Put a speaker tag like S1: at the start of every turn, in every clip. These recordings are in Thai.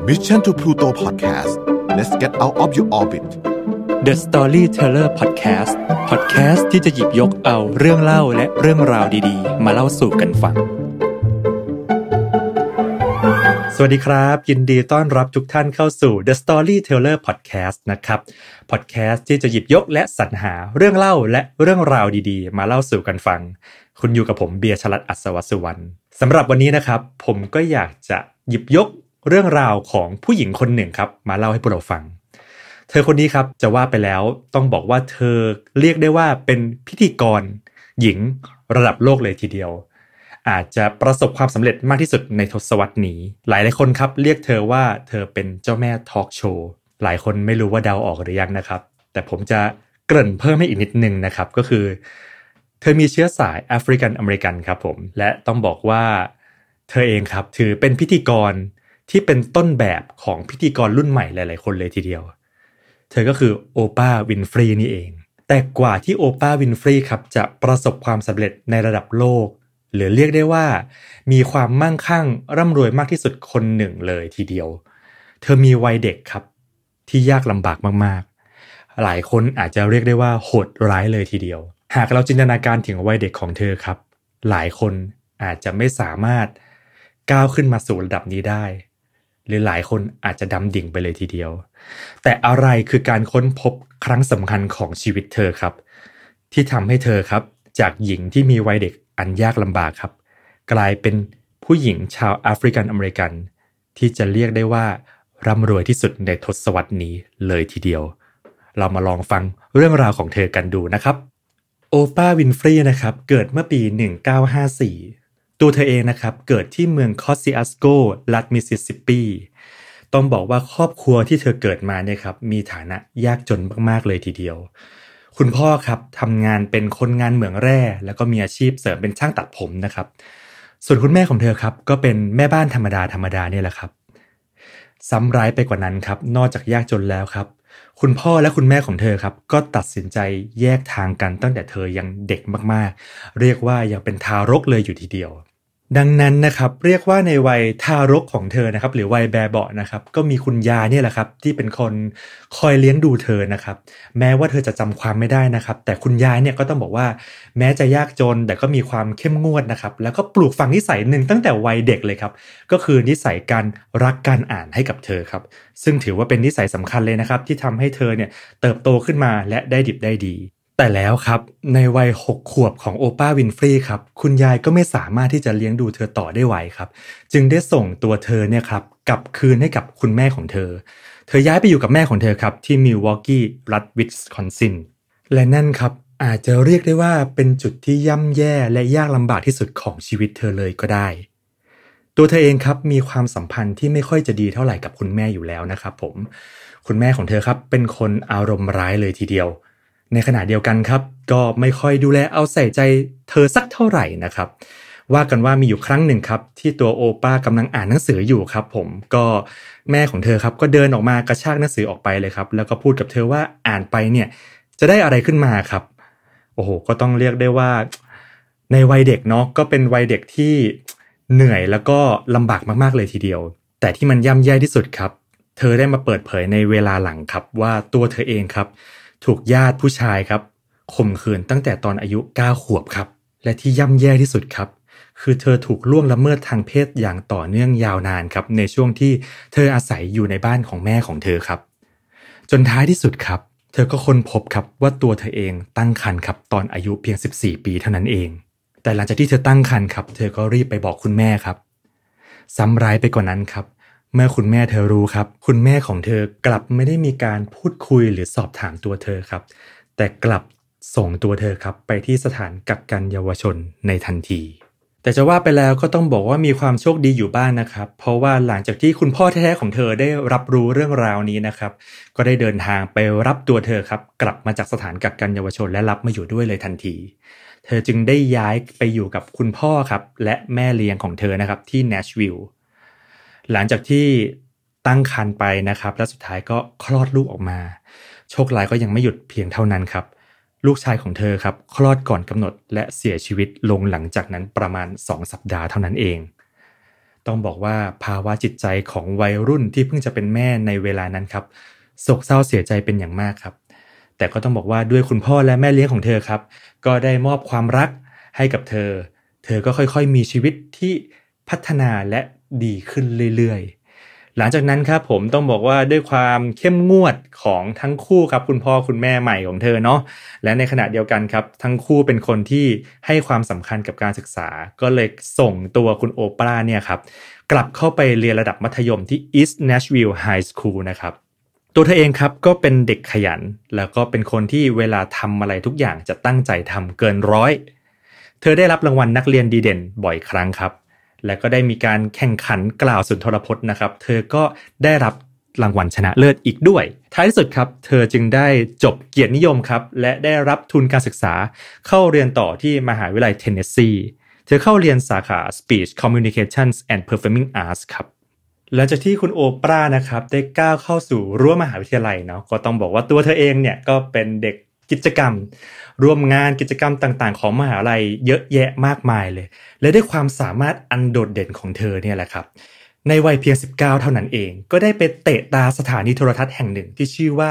S1: Mission to Pluto Podcast let's get out of your orbit
S2: The Storyteller Podcast ที่จะหยิบยกเอาเรื่องเล่าและเรื่องราวดีๆมาเล่าสู่กันฟังสวัสดีครับยินดีต้อนรับทุกท่านเข้าสู่ The Storyteller Podcast นะครับ Podcast ที่จะหยิบยกและสรรหาเรื่องเล่าและเรื่องราวดีๆมาเล่าสู่กันฟังคุณอยู่กับผมเบียร์ชลัดอัศวสุวรรณสำหรับวันนี้นะครับผมก็อยากจะหยิบยกเรื่องราวของผู้หญิงคนหนึ่งครับมาเล่าให้พวกเราฟังเธอคนนี้ครับจะว่าไปแล้วต้องบอกว่าเธอเรียกได้ว่าเป็นพิธีกรหญิงระดับโลกเลยทีเดียวอาจจะประสบความสำเร็จมากที่สุดในทศวรรษนี้หลายคนครับเรียกเธอว่าเธอเป็นเจ้าแม่ทอล์กโชว์หลายคนไม่รู้ว่าเดาออกหรือยังนะครับแต่ผมจะเกริ่นเพิ่มให้อีกนิดนึงนะครับก็คือเธอมีเชื้อสายแอฟริกันอเมริกันครับผมและต้องบอกว่าเธอเองครับถือเป็นพิธีกรที่เป็นต้นแบบของพิธีกรรุ่นใหม่หลายๆคนเลยทีเดียวเธอก็คือโอปราห์วินฟรีนี่เองแต่กว่าที่โอปราห์วินฟรีครับจะประสบความสำเร็จในระดับโลกหรือเรียกได้ว่ามีความมั่งคั่งร่ำรวยมากที่สุดคนหนึ่งเลยทีเดียวเธอมีวัยเด็กครับที่ยากลำบากมากๆหลายคนอาจจะเรียกได้ว่าโหดร้ายเลยทีเดียวหากเราจินตนาการถึงวัยเด็กของเธอครับหลายคนอาจจะไม่สามารถก้าวขึ้นมาสู่ระดับนี้ได้หรือหลายคนอาจจะดำดิ่งไปเลยทีเดียวแต่อะไรคือการค้นพบครั้งสำคัญของชีวิตเธอครับที่ทำให้เธอครับจากหญิงที่มีวัยเด็กอันยากลำบากครับกลายเป็นผู้หญิงชาวแอฟริกันอเมริกันที่จะเรียกได้ว่าร่ำรวยที่สุดในทศวรรษนี้เลยทีเดียวเรามาลองฟังเรื่องราวของเธอกันดูนะครับโอปราห์วินฟรีนะครับเกิดเมื่อปี1954ตัวเธอเองนะครับเกิดที่เมืองคอสซิอัสโกรัฐมิสซิสซิปปีต้องบอกว่าครอบครัวที่เธอเกิดมาเนี่ยครับมีฐานะยากจนมากๆเลยทีเดียวคุณพ่อครับทำงานเป็นคนงานเหมืองแร่แล้วก็มีอาชีพเสริมเป็นช่างตัดผมนะครับส่วนคุณแม่ของเธอครับก็เป็นแม่บ้านธรรมดาเนี่ยแหละครับซ้ำร้ายไปกว่านั้นครับนอกจากยากจนแล้วครับคุณพ่อและคุณแม่ของเธอครับก็ตัดสินใจแยกทางกันตั้งแต่เธอยังเด็กมากๆเรียกว่ายังเป็นทารกเลยอยู่ทีเดียวดังนั้นนะครับเรียกว่าในวัยทารกของเธอนะครับหรือวัยแบเบาะนะครับก็มีคุณยายเนี่ยแหละครับที่เป็นคนคอยเลี้ยงดูเธอนะครับแม้ว่าเธอจะจำความไม่ได้นะครับแต่คุณยายเนี่ยก็ต้องบอกว่าแม้จะยากจนแต่ก็มีความเข้มงวดนะครับแล้วก็ปลูกฝังนิสัยหนึ่งตั้งแต่วัยเด็กเลยครับก็คือนิสัยการรักการอ่านให้กับเธอครับซึ่งถือว่าเป็นนิสัยสำคัญเลยนะครับที่ทำให้เธอเนี่ยเติบโตขึ้นมาและได้ดิบได้ดีแต่แล้วครับในวัย6 ขวบของโอปราห์วินฟรีครับคุณยายก็ไม่สามารถที่จะเลี้ยงดูเธอต่อได้ไหวครับจึงได้ส่งตัวเธอเนี่ยครับกลับคืนให้กับคุณแม่ของเธอย้ายไปอยู่กับแม่ของเธอครับที่มิลวอกกี้รัฐวิสคอนซินและนั่นครับอาจจะเรียกได้ว่าเป็นจุดที่ย่ำแย่และยากลำบากที่สุดของชีวิตเธอเลยก็ได้ตัวเธอเองครับมีความสัมพันธ์ที่ไม่ค่อยจะดีเท่าไหร่กับคุณแม่อยู่แล้วนะครับผมคุณแม่ของเธอครับเป็นคนอารมณ์ร้ายเลยทีเดียวในขณะเดียวกันครับก็ไม่ค่อยดูแลเอาใส่ใจเธอสักเท่าไหร่นะครับว่ากันว่ามีอยู่ครั้งหนึ่งครับที่ตัวโอปราห์กำลังอ่านหนังสืออยู่ครับผมก็แม่ของเธอครับก็เดินออกมากระชากหนังสือออกไปเลยครับแล้วก็พูดกับเธอว่าอ่านไปเนี่ยจะได้อะไรขึ้นมาครับโอ้โหก็ต้องเรียกได้ว่าในวัยเด็กเนาะก็เป็นวัยเด็กที่เหนื่อยแล้วก็ลำบากมากๆเลยทีเดียวแต่ที่มันย่ำแย่ที่สุดครับเธอได้มาเปิดเผยในเวลาหลังครับว่าตัวเธอเองครับถูกญาติผู้ชายครับข่มขืนตั้งแต่ตอนอายุ9 ขวบครับและที่ย่ำแย่ที่สุดครับคือเธอถูกล่วงละเมิดทางเพศอย่างต่อเนื่องยาวนานครับในช่วงที่เธออาศัยอยู่ในบ้านของแม่ของเธอครับจนท้ายที่สุดครับเธอก็ค้นพบครับว่าตัวเธอเองตั้งครรภ์ครับตอนอายุเพียง14 ปีเท่านั้นเองแต่หลังจากที่เธอตั้งครรภ์ครับเธอก็รีบไปบอกคุณแม่ครับซ้ำร้ายไปกว่านั้นครับเมื่อคุณแม่เธอรู้ครับคุณแม่ของเธอกลับไม่ได้มีการพูดคุยหรือสอบถามตัวเธอครับแต่กลับส่งตัวเธอครับไปที่สถานกักกันเยาวชนในทันทีแต่จะว่าไปแล้วก็ต้องบอกว่ามีความโชคดีอยู่บ้างนะครับเพราะว่าหลังจากที่คุณพ่อแท้ๆของเธอได้รับรู้เรื่องราวนี้นะครับก็ได้เดินทางไปรับตัวเธอครับกลับมาจากสถานกักกันเยาวชนและรับมาอยู่ด้วยเลยทันทีเธอจึงได้ย้ายไปอยู่กับคุณพ่อครับและแม่เลี้ยงของเธอนะครับที่แนชวิลล์หลังจากที่ตั้งครรภ์ไปนะครับและสุดท้ายก็คลอดลูกออกมาโชคร้ายก็ยังไม่หยุดเพียงเท่านั้นครับลูกชายของเธอครับคลอดก่อนกำหนดและเสียชีวิตลงหลังจากนั้นประมาณ2 สัปดาห์เท่านั้นเองต้องบอกว่าภาวะจิตใจของวัยรุ่นที่เพิ่งจะเป็นแม่ในเวลานั้นครับโศกเศร้าเสียใจเป็นอย่างมากครับแต่ก็ต้องบอกว่าด้วยคุณพ่อและแม่เลี้ยงของเธอครับก็ได้มอบความรักให้กับเธอก็ค่อยๆมีชีวิตที่พัฒนาและดีขึ้นเรื่อยๆหลังจากนั้นครับผมต้องบอกว่าด้วยความเข้มงวดของทั้งคู่ครับคุณพ่อคุณแม่ใหม่ของเธอเนาะและในขณะเดียวกันครับทั้งคู่เป็นคนที่ให้ความสำคัญกับการศึกษาก็เลยส่งตัวคุณโอปราเนี่ยครับกลับเข้าไปเรียนระดับมัธยมที่ East Nashville High School นะครับตัวเธอเองครับก็เป็นเด็กขยันแล้วก็เป็นคนที่เวลาทำอะไรทุกอย่างจะตั้งใจทำเกินร้อยเธอได้รับรางวัลนักเรียนดีเด่นบ่อยครั้งครับและก็ได้มีการแข่งขันกล่าวสุนทรพจน์นะครับเธอก็ได้รับรางวัลชนะเลิศอีกด้วยท้ายที่สุดครับเธอจึงได้จบเกียรตินิยมครับและได้รับทุนการศึกษาเข้าเรียนต่อที่มหาวิทยาลัยเทนเนสซีเธอเข้าเรียนสาขา Speech Communications and Performing Arts ครับหลังจากที่คุณโอปรานะครับได้ก้าวเข้าสู่รั้วมหาวิทยาลัยเนาะก็ต้องบอกว่าตัวเธอเองเนี่ยก็เป็นเด็กกิจกรรมร่วมงานกิจกรรมต่างๆของมหาวิทยาลัยเยอะแยะมากมายเลยและด้วยความสามารถอันโดดเด่นของเธอเนี่ยแหละครับในวัยเพียง19เท่านั้นเองก็ได้ไปเตะตาสถานีโทรทัศน์แห่งหนึ่งที่ชื่อว่า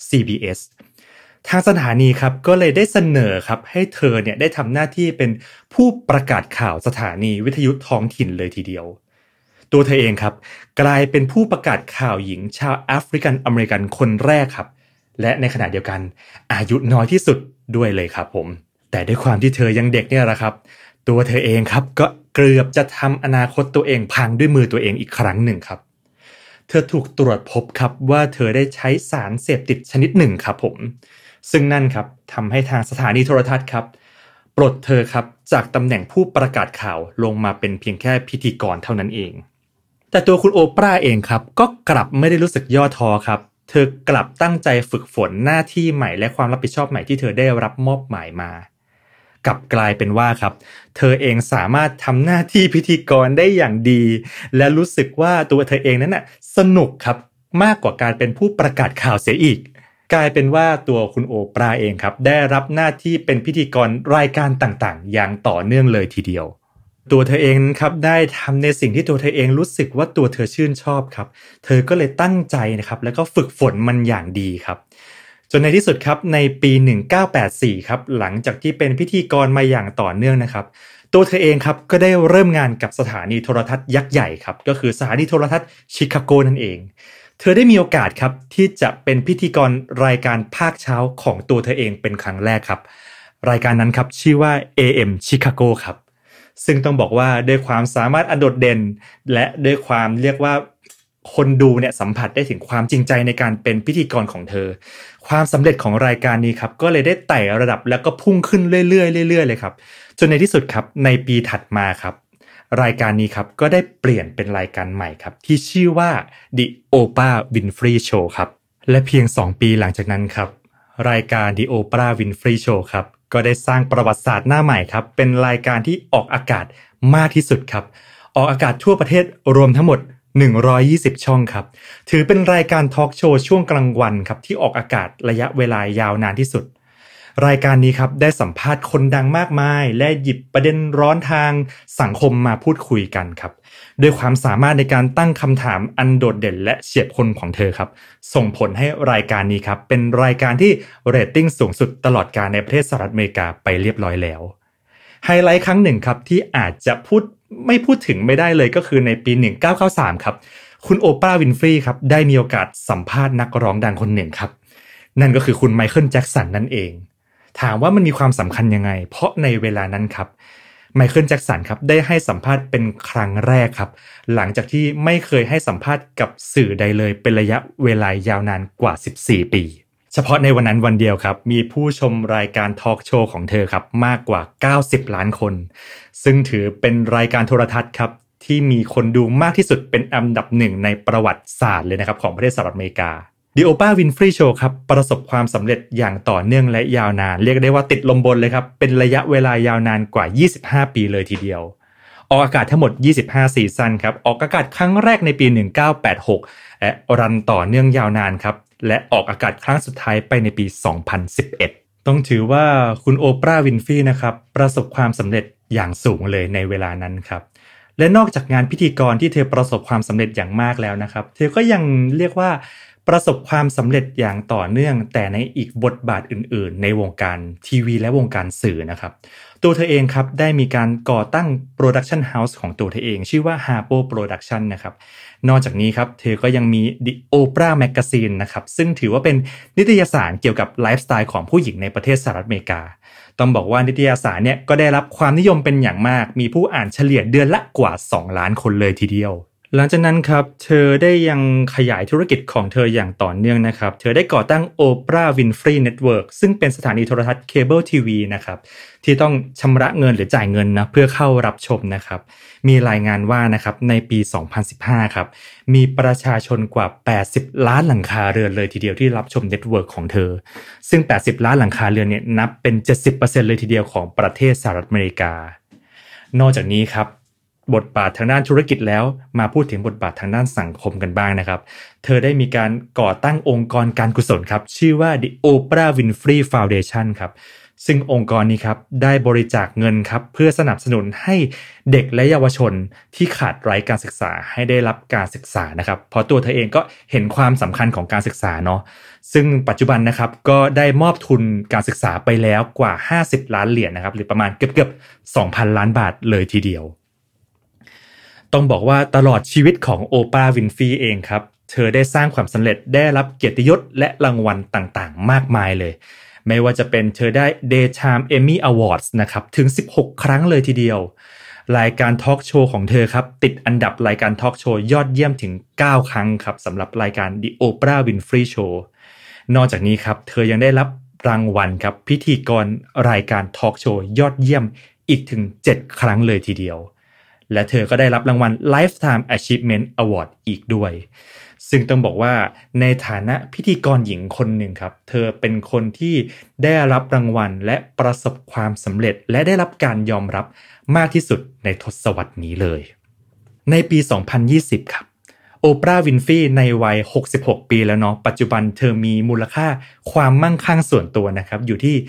S2: CBS ทางสถานีครับก็เลยได้เสนอครับให้เธอเนี่ยได้ทำหน้าที่เป็นผู้ประกาศข่าวสถานีวิทยุท้องถิ่นเลยทีเดียวตัวเธอเองครับกลายเป็นผู้ประกาศข่าวหญิงชาวแอฟริกันอเมริกันคนแรกครับและในขณะเดียวกันอายุน้อยที่สุดด้วยเลยครับผมแต่ด้วยความที่เธอยังเด็กเนี่ยแหละครับตัวเธอเองครับก็เกือบจะทำอนาคตตัวเองพังด้วยมือตัวเองอีกครั้งหนึ่งครับเธอถูกตรวจพบครับว่าเธอได้ใช้สารเสพติดชนิดหนึ่งครับผมซึ่งนั่นครับทำให้ทางสถานีโทรทัศน์ครับปลดเธอครับจากตำแหน่งผู้ประกาศข่าวลงมาเป็นเพียงแค่พิธีกรเท่านั้นเองแต่ตัวคุณโอปราเองครับก็กลับไม่ได้รู้สึกย่อท้อครับเธอกลับตั้งใจฝึกฝนหน้าที่ใหม่และความรับผิดชอบใหม่ที่เธอได้รับมอบหมายมากลับกลายเป็นว่าครับเธอเองสามารถทำหน้าที่พิธีกรได้อย่างดีและรู้สึกว่าตัวเธอเองนั้นน่ะสนุกครับมากกว่าการเป็นผู้ประกาศข่าวเสียอีกกลายเป็นว่าตัวคุณโอปราเองครับได้รับหน้าที่เป็นพิธีกรรายการต่างๆอย่างต่อเนื่องเลยทีเดียวตัวเธอเองครับได้ทำในสิ่งที่ตัวเธอเองรู้สึกว่าตัวเธอชื่นชอบครับเธอก็เลยตั้งใจนะครับแล้วก็ฝึกฝนมันอย่างดีครับจนในที่สุดครับในปี1984ครับหลังจากที่เป็นพิธีกรมาอย่างต่อเนื่องนะครับตัวเธอเองครับก็ได้เริ่มงานกับสถานีโทรทัศน์ยักษ์ใหญ่ครับก็คือสถานีโทรทัศน์ชิคาโกนั่นเองเธอได้มีโอกาสครับที่จะเป็นพิธีกรรายการภาคเช้าของตัวเธอเองเป็นครั้งแรกครับรายการนั้นครับชื่อว่า AM Chicago ครับซึ่งต้องบอกว่าด้วยความสามารถอันโดดเด่นและด้วยความเรียกว่าคนดูเนี่ยสัมผัสได้ถึงความจริงใจในการเป็นพิธีกรของเธอความสำเร็จของรายการนี้ครับก็เลยได้ไต่ระดับแล้วก็พุ่งขึ้นเรื่อยๆเรื่อยๆเลยครับจนในที่สุดครับในปีถัดมาครับรายการนี้ครับก็ได้เปลี่ยนเป็นรายการใหม่ครับที่ชื่อว่า The Oprah Winfrey Show ครับและเพียง2ปีหลังจากนั้นครับรายการ The Oprah Winfrey Show ครับก็ได้สร้างประวัติศาสตร์หน้าใหม่ครับเป็นรายการที่ออกอากาศมากที่สุดครับออกอากาศทั่วประเทศรวมทั้งหมด120ช่องครับถือเป็นรายการทอล์กโชว์ช่วงกลางวันครับที่ออกอากาศระยะเวลายาวนานที่สุดรายการนี้ครับได้สัมภาษณ์คนดังมากมายและหยิบประเด็นร้อนทางสังคมมาพูดคุยกันครับด้วยความสามารถในการตั้งคำถามอันโดดเด่นและเฉียบคมของเธอครับส่งผลให้รายการนี้ครับเป็นรายการที่เรตติ้งสูงสุดตลอดกาลในประเทศสหรัฐอเมริกาไปเรียบร้อยแล้วไฮไลท์ครั้งหนึ่งครับที่อาจจะไม่พูดถึงไม่ได้เลยก็คือในปี1993ครับคุณโอปราห์วินฟรีย์ครับได้มีโอกาสสัมภาษณ์นักร้องดังคนหนึ่งครับนั่นก็คือคุณไมเคิลแจ็คสันนั่นเองถามว่ามันมีความสำคัญยังไงเพราะในเวลานั้นครับไมเคิลแจ็คสันครับได้ให้สัมภาษณ์เป็นครั้งแรกครับหลังจากที่ไม่เคยให้สัมภาษณ์กับสื่อใดเลยเป็นระยะเวลายาวนานกว่า14ปีเฉพาะในวันนั้นวันเดียวครับมีผู้ชมรายการทอล์กโชว์ของเธอครับมากกว่า90ล้านคนซึ่งถือเป็นรายการโทรทัศน์ครับที่มีคนดูมากที่สุดเป็นอันดับหนึ่งในประวัติศาสตร์เลยนะครับของประเทศสหรัฐอเมริกา The Oprah Winfrey Show ครับประสบความสำเร็จอย่างต่อเนื่องและยาวนานเรียกได้ว่าติดลมบนเลยครับเป็นระยะเวลายาวนานกว่า25ปีเลยทีเดียวออกอากาศทั้งหมด25ซีซั่นครับออกอากาศครั้งแรกในปี1986และรันต่อเนื่องยาวนานครับและออกอากาศครั้งสุดท้ายไปในปี2011ต้องถือว่าคุณโอปราห์วินฟรีย์นะครับประสบความสำเร็จอย่างสูงเลยในเวลานั้นครับและนอกจากงานพิธีกรที่เธอประสบความสำเร็จอย่างมากแล้วนะครับเธอก็ยังเรียกว่าประสบความสำเร็จอย่างต่อเนื่องแต่ในอีกบทบาทอื่นๆในวงการทีวีและวงการสื่อนะครับตัวเธอเองครับได้มีการก่อตั้งโปรดักชันเฮาส์ของตัวเธอเองชื่อว่า Harpo Production นะครับนอกจากนี้ครับเธอก็ยังมี The Oprah Magazine นะครับซึ่งถือว่าเป็นนิตยสารเกี่ยวกับไลฟ์สไตล์ของผู้หญิงในประเทศสหรัฐอเมริกาต้องบอกว่านิตยสารเนี่ยก็ได้รับความนิยมเป็นอย่างมากมีผู้อ่านเฉลี่ยเดือนละกว่า2ล้านคนเลยทีเดียวหลังจากนั้นครับเธอได้ยังขยายธุรกิจของเธออย่างต่อเนื่องนะครับเธอได้ก่อตั้ง Oprah Winfrey Network ซึ่งเป็นสถานีโทรทัศน์เคเบิลทีวีนะครับที่ต้องชำระเงินหรือจ่ายเงินนะเพื่อเข้ารับชมนะครับมีรายงานว่านะครับในปี 2015 ครับมีประชาชนกว่า80ล้านหลังคาเรือนเลยทีเดียวที่รับชมเน็ตเวิร์กของเธอซึ่ง80ล้านหลังคาเรือนเนี่ยนับเป็น 70% เลยทีเดียวของประเทศสหรัฐอเมริกานอกจากนี้ครับบทบาททางด้านธุรกิจแล้วมาพูดถึงบทบาททางด้านสังคมกันบ้างนะครับเธอได้มีการก่อตั้งองค์กรการกุศลครับชื่อว่า The Oprah Winfrey Foundation ครับซึ่งองค์กรนี้ครับได้บริจาคเงินครับเพื่อสนับสนุนให้เด็กและเยาวชนที่ขาดไร้การศึกษาให้ได้รับการศึกษานะครับเพราะตัวเธอเองก็เห็นความสำคัญของการศึกษาเนาะซึ่งปัจจุบันนะครับก็ได้มอบทุนการศึกษาไปแล้วกว่า50ล้านเหรียญนะครับหรือประมาณเกือบ 2,000 ล้านบาทเลยทีเดียวต้องบอกว่าตลอดชีวิตของโอปราห์วินฟรีเองครับเธอได้สร้างความสำเร็จได้รับเกียรติยศและรางวัลต่างๆมากมายเลยไม่ว่าจะเป็นเธอได้ Daytime Emmy Awards นะครับถึง16ครั้งเลยทีเดียวรายการทอล์กโชว์ของเธอครับติดอันดับรายการทอล์กโชว์ยอดเยี่ยมถึง9ครั้งครับสำหรับรายการ The Oprah Winfrey Show นอกจากนี้ครับเธอยังได้รับรางวัลครับพิธีกรรายการทอล์กโชว์ยอดเยี่ยมอีกถึง7ครั้งเลยทีเดียวและเธอก็ได้รับรางวัล Lifetime Achievement Award อีกด้วยซึ่งต้องบอกว่าในฐานะพิธีกรหญิงคนหนึ่งครับเธอเป็นคนที่ได้รับรางวัลและประสบความสำเร็จและได้รับการยอมรับมากที่สุดในทศวรรษนี้เลยในปี 2020 ครับโอปราห์วินฟรีในวัย66ปีแล้วเนาะปัจจุบันเธอมีมูลค่าความมั่งคั่งส่วนตัวนะครับอยู่ที่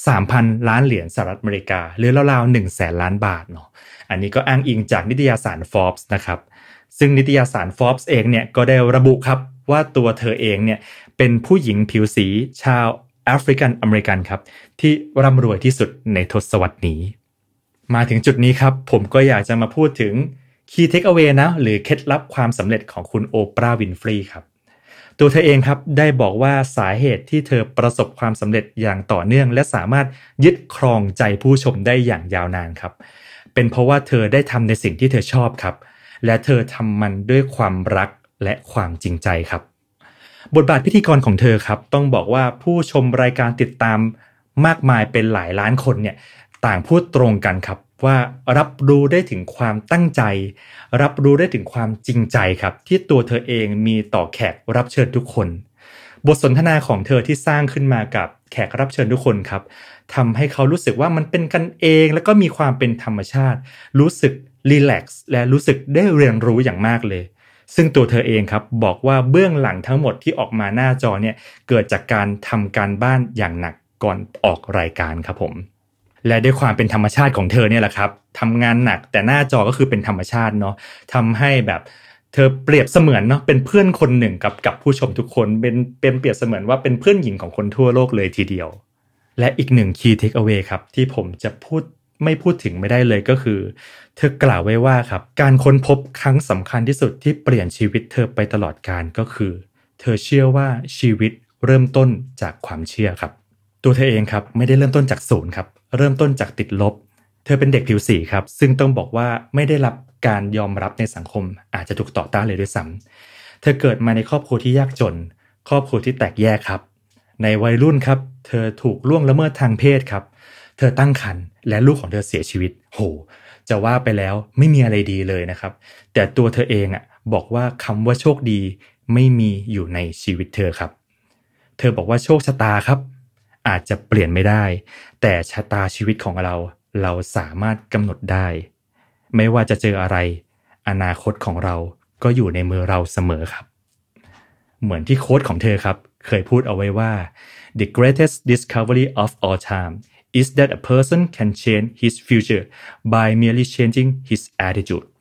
S2: 3,000 ล้านเหรียญสหรัฐอเมริกาหรือราวๆ 100,000 ล้านบาทเนาะอันนี้ก็อ้างอิงจากนิตยสาร Forbes นะครับซึ่งนิตยสาร Forbes เองเนี่ยก็ได้ระบุครับว่าตัวเธอเองเนี่ยเป็นผู้หญิงผิวสีชาวแอฟริกันอเมริกันครับที่ร่ำรวยที่สุดในทศวรรษนี้มาถึงจุดนี้ครับผมก็อยากจะมาพูดถึง Key Takeaway นะหรือเคล็ดลับความสำเร็จของคุณโอปราห์วินฟรีครับตัวเธอเองครับได้บอกว่าสาเหตุที่เธอประสบความสำเร็จอย่างต่อเนื่องและสามารถยึดครองใจผู้ชมได้อย่างยาวนานครับเป็นเพราะว่าเธอได้ทำในสิ่งที่เธอชอบครับและเธอทำมันด้วยความรักและความจริงใจครับบทบาทพิธีกรของเธอครับต้องบอกว่าผู้ชมรายการติดตามมากมายเป็นหลายล้านคนเนี่ยต่างพูดตรงกันครับว่ารับรู้ได้ถึงความตั้งใจรับรู้ได้ถึงความจริงใจครับที่ตัวเธอเองมีต่อแขกรับเชิญทุกคนบทสนทนาของเธอที่สร้างขึ้นมากับแขกรับเชิญทุกคนครับทำให้เขารู้สึกว่ามันเป็นกันเองแล้วก็มีความเป็นธรรมชาติรู้สึกรีแลกซ์และรู้สึกได้เรียนรู้อย่างมากเลยซึ่งตัวเธอเองครับบอกว่าเบื้องหลังทั้งหมดที่ออกมาหน้าจอเนี่ยเกิดจากการทำการบ้านอย่างหนักก่อนออกรายการครับผมและด้วยความเป็นธรรมชาติของเธอเนี่ยแหละครับทำงานหนักแต่หน้าจอก็คือเป็นธรรมชาติเนาะทำให้แบบเธอเปรียบเสมือนเนาะเป็นเพื่อนคนหนึ่งกับผู้ชมทุกคนเป็นเปรียบเสมือนว่าเป็นเพื่อนหญิงของคนทั่วโลกเลยทีเดียวและอีกหนึ่ง key takeaway ครับที่ผมจะไม่พูดถึงไม่ได้เลยก็คือเธอกล่าวไว้ว่าครับการค้นพบครั้งสำคัญที่สุดที่เปลี่ยนชีวิตเธอไปตลอดกาลก็คือเธอเชื่อว่าชีวิตเริ่มต้นจากความเชื่อครับตัวเธอเองครับไม่ได้เริ่มต้นจากศูนย์ครับเริ่มต้นจากติดลบเธอเป็นเด็กผิวสีครับซึ่งต้องบอกว่าไม่ได้รับการยอมรับในสังคมอาจจะถูกต่อต้านเลยด้วยซ้ำเธอเกิดมาในครอบครัวที่ยากจนครอบครัวที่แตกแยกครับในวัยรุ่นครับเธอถูกล่วงละเมิดทางเพศครับเธอตั้งครรภ์และลูกของเธอเสียชีวิตโหจะว่าไปแล้วไม่มีอะไรดีเลยนะครับแต่ตัวเธอเองบอกว่าคำว่าโชคดีไม่มีอยู่ในชีวิตเธอครับเธอบอกว่าโชคชะตาครับอาจจะเปลี่ยนไม่ได้แต่ชะตาชีวิตของเราสามารถกำหนดได้ไม่ว่าจะเจออะไรอนาคตของเราก็อยู่ในมือเราเสมอครับเหมือนที่โค้ชของเธอครับเคยพูดเอาไว้ว่า The greatest discovery of all time is that a person can change his future by merely changing his attitude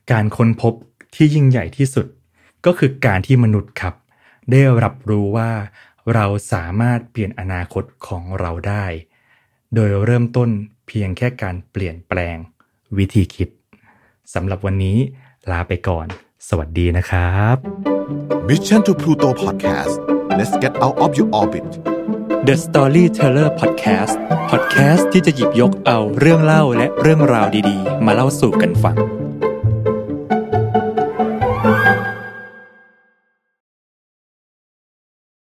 S2: การค้นพบที่ยิ่งใหญ่ที่สุดก็คือการที่มนุษย์ครับได้รับรู้ว่าเราสามารถเปลี่ยนอนาคตของเราได้โดยเริ่มต้นเพียงแค่การเปลี่ยนแปลงวิธีคิดสำหรับวันนี้ลาไปก่อนสวัสดีนะครับ
S1: Mission to Pluto Podcast Let's get out of your orbit
S2: The Storyteller Podcast ที่จะหยิบยกเอาเรื่องเล่าและเรื่องราวดีๆมาเล่าสู่กันฟัง